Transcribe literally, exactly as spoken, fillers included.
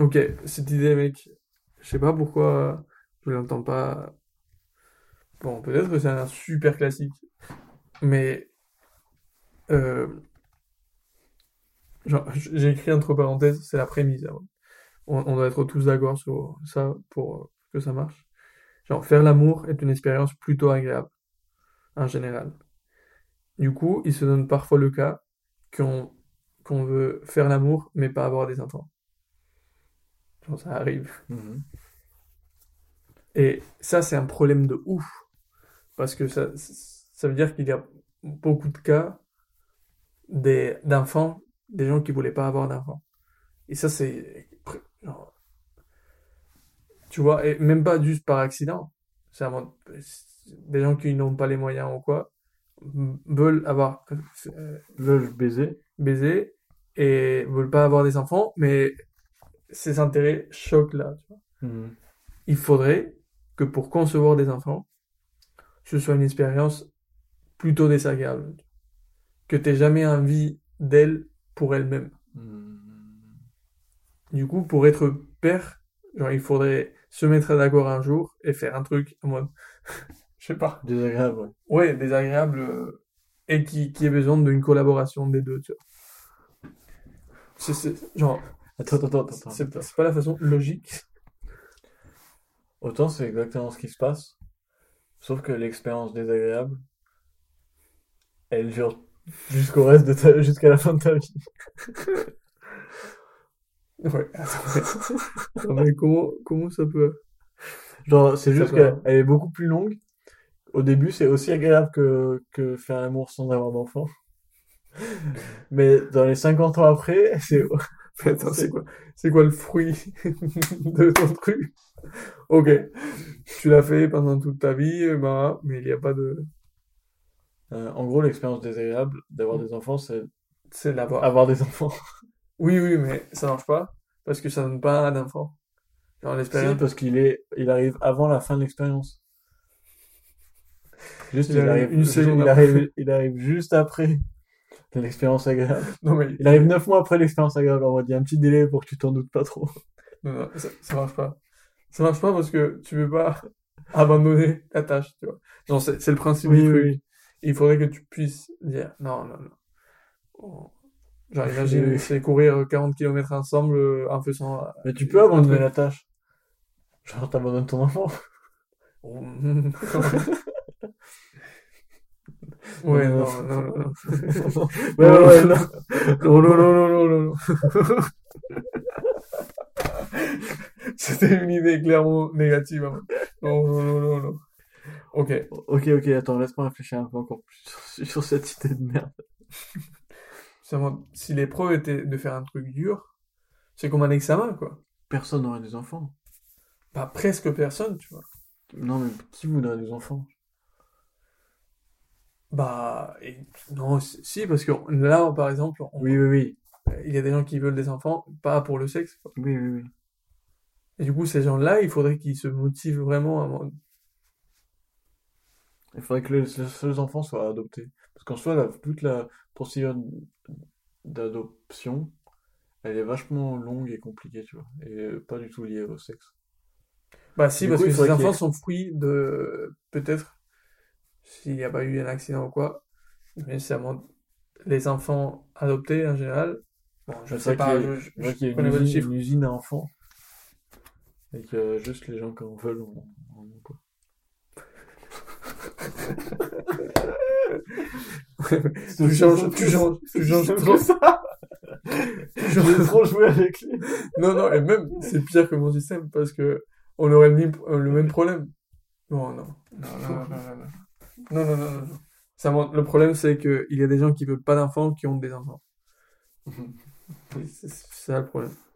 Ok, cette idée, mec, je sais pas pourquoi je l'entends pas. Bon, peut-être que c'est un super classique, mais euh, genre, j'ai écrit entre parenthèses, c'est la prémisse, hein. On, on doit être tous d'accord sur ça pour que ça marche. Genre, faire l'amour est une expérience plutôt agréable, en général. Du coup, il se donne parfois le cas qu'on qu'on veut faire l'amour, mais pas avoir des enfants. Genre, ça arrive. Mhm. Et ça, c'est un problème de ouf, parce que ça, ça veut dire qu'il y a beaucoup de cas des, d'enfants, des gens qui voulaient pas avoir d'enfants. Et ça, c'est, genre, tu vois, et même pas juste par accident. C'est vraiment- des gens qui n'ont pas les moyens ou quoi, veulent avoir euh, Veulent baiser. baiser et veulent pas avoir des enfants, mais ces intérêts choquent là, tu vois. Mhm. Il faudrait que pour concevoir des enfants, ce soit une expérience plutôt désagréable. Que t'aies jamais envie d'elle pour elle-même. Mhm. Du coup, pour être père, genre, il faudrait se mettre d'accord un jour et faire un truc en mode, je sais pas, Désagréable, ouais. ouais, désagréable euh, et qui, qui ait besoin d'une collaboration des deux, tu vois. C'est, c'est- genre, Attends, attends, attends, attends, c'est attends. c'est pas la façon logique. Autant c'est exactement ce qui se passe, sauf que l'expérience désagréable, elle dure jusqu'au reste de ta, jusqu'à la fin de ta vie. Ouais, attends, mais, attends, mais comment, comment ça peut, Genre, c'est ça juste peut qu'elle avoir- elle est beaucoup plus longue. Au début, c'est aussi agréable que, que faire l'amour sans avoir d'enfant. Mais dans les cinquante ans après, c'est, Mais attends, c'est c'est, quoi, c'est quoi le fruit de ton truc? Ok, tu l'as fait pendant toute ta vie, euh, bah, mais il n'y a pas de, euh, en gros, l'expérience désagréable d'avoir des enfants, c'est c'est l'avoir. avoir des enfants. Oui, oui, mais ça marche pas parce que ça donne pas d'enfant. Genre Si, l'expérience, parce qu'il est, il arrive avant la fin de l'expérience. Juste, il il arrive arrive, une ju- seconde il après. arrive, il arrive juste après l'expérience agréable. Non mais Il arrive il- neuf mois après l'expérience agréable. On va dire un petit délai pour que tu t'en doutes pas trop. non, non, ça, ça marche pas. Ça marche pas parce que tu veux pas abandonner ta tâche, tu vois. Genre c'est c'est le principe du Oui, oui, truc. oui. Il faudrait que tu puisses dire non, non, non. Oh. Genre Oui, imagine, oui. c'est courir quarante kilomètres ensemble euh, en faisant Mais tu peux euh, un abandonner truc. la tâche. Genre, t'abandonnes ton enfant. Non, Ouais, non, non. non, non, non, non. Ouais, ouais, Non, ouais, non. non, non, non, non, non, non, non. C'était une idée clairement négative, hein. Non, non, non, non, non. Ok. Ok, ok, attends, laisse-moi réfléchir un peu encore plus sur, sur cette idée de merde. Seulement, si l'épreuve était de faire un truc dur, c'est comme un examen, quoi. Personne n'aurait des enfants. Pas presque personne, tu vois. Non, mais qui voudrait des enfants? Bah, et- non, si, si, parce que là, par exemple, on- Oui, oui, oui. il y a des gens qui veulent des enfants, pas pour le sexe, quoi. Oui, oui, oui. Et du coup, ces gens-là, il faudrait qu'ils se motivent vraiment à... mo- Il faudrait que les, les seuls enfants soient adoptés. Parce qu'en soi, la- toute la procédure d'adoption, elle est vachement longue et compliquée, tu vois. Et pas du tout liée au sexe. Bah si, Du parce coup, il que ces faudrait qu'il y ait... enfants sont fruits de... Peut-être, s'il n'y a pas eu un accident ou quoi, mais c'est vraiment les enfants adoptés en général. Bon, je Il sais faudrait qu'il y pas, ait, je, je, il je faudrait qu'il y ait une connais pas le usine, chiffre. une usine à enfants. Et que juste les gens qui en veulent en en ont, quoi. C'est Tu aussi changes, simple tu que ça. changes, C'est tu aussi changes simple que trop. ça. Tu J'ai changes. trop joué avec les... Non, non, et même, c'est pire que mon système, parce que on aurait le, même- euh, le même problème. Non, non, non, non, non, non, non, non, non, non, non, non. Ça, mon- le problème, c'est qu'il y a des gens qui veulent pas d'enfants qui ont des enfants. C'est c'est ça le problème.